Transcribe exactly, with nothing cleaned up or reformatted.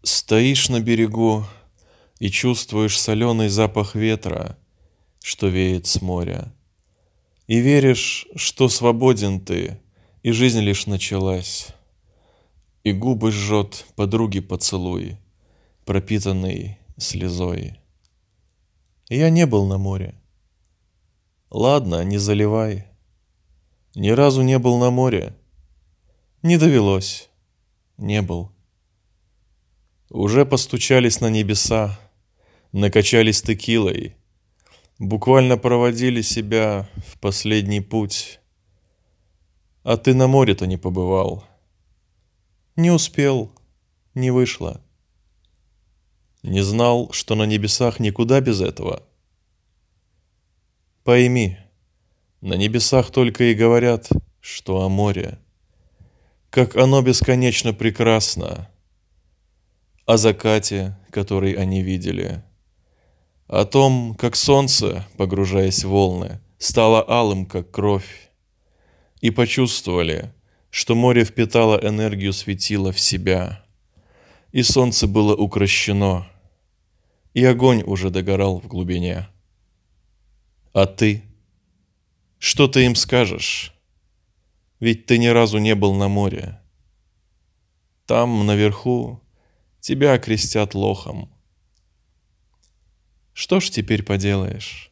Стоишь на берегу и чувствуешь соленый запах ветра, что веет с моря, и веришь, что свободен ты, и жизнь лишь началась, и губы жжет подруги поцелуй, пропитанный слезой. Я не был на море. Ладно, не заливай. Ни разу не был на море. Не довелось. Не был. Уже постучались на небеса, накачались текилой, буквально проводили себя в последний путь. А ты на море-то не побывал. Не успел, не вышло. Не знал, что на небесах никуда без этого. Пойми, на небесах только и говорят, что о море. Как оно бесконечно прекрасно. О закате, который они видели. О том, как солнце, погружаясь в волны, стало алым, как кровь. И почувствовали, что море впитало энергию светила в себя. И солнце было укрощено. И огонь уже догорал в глубине. А ты? Что ты им скажешь? Ведь ты ни разу не был на море. Там, наверху, тебя окрестят лохом. Что ж теперь поделаешь?